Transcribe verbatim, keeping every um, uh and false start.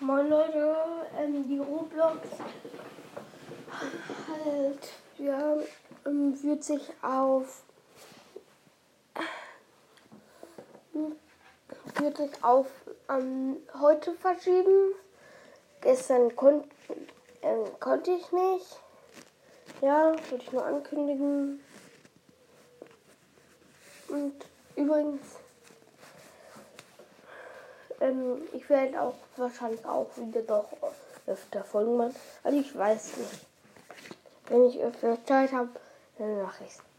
Moin Leute, ähm, die Roblox halt, ja, ähm, wird sich auf wird sich auf ähm, heute verschieben. Gestern kon ähm, konnte ich nicht. Ja, wollte ich nur ankündigen. Und übrigens, ähm, ich werde auch wahrscheinlich auch wieder doch öfter Folgen machen. Also ich weiß nicht. Wenn ich öfter Zeit habe, dann mache ich es.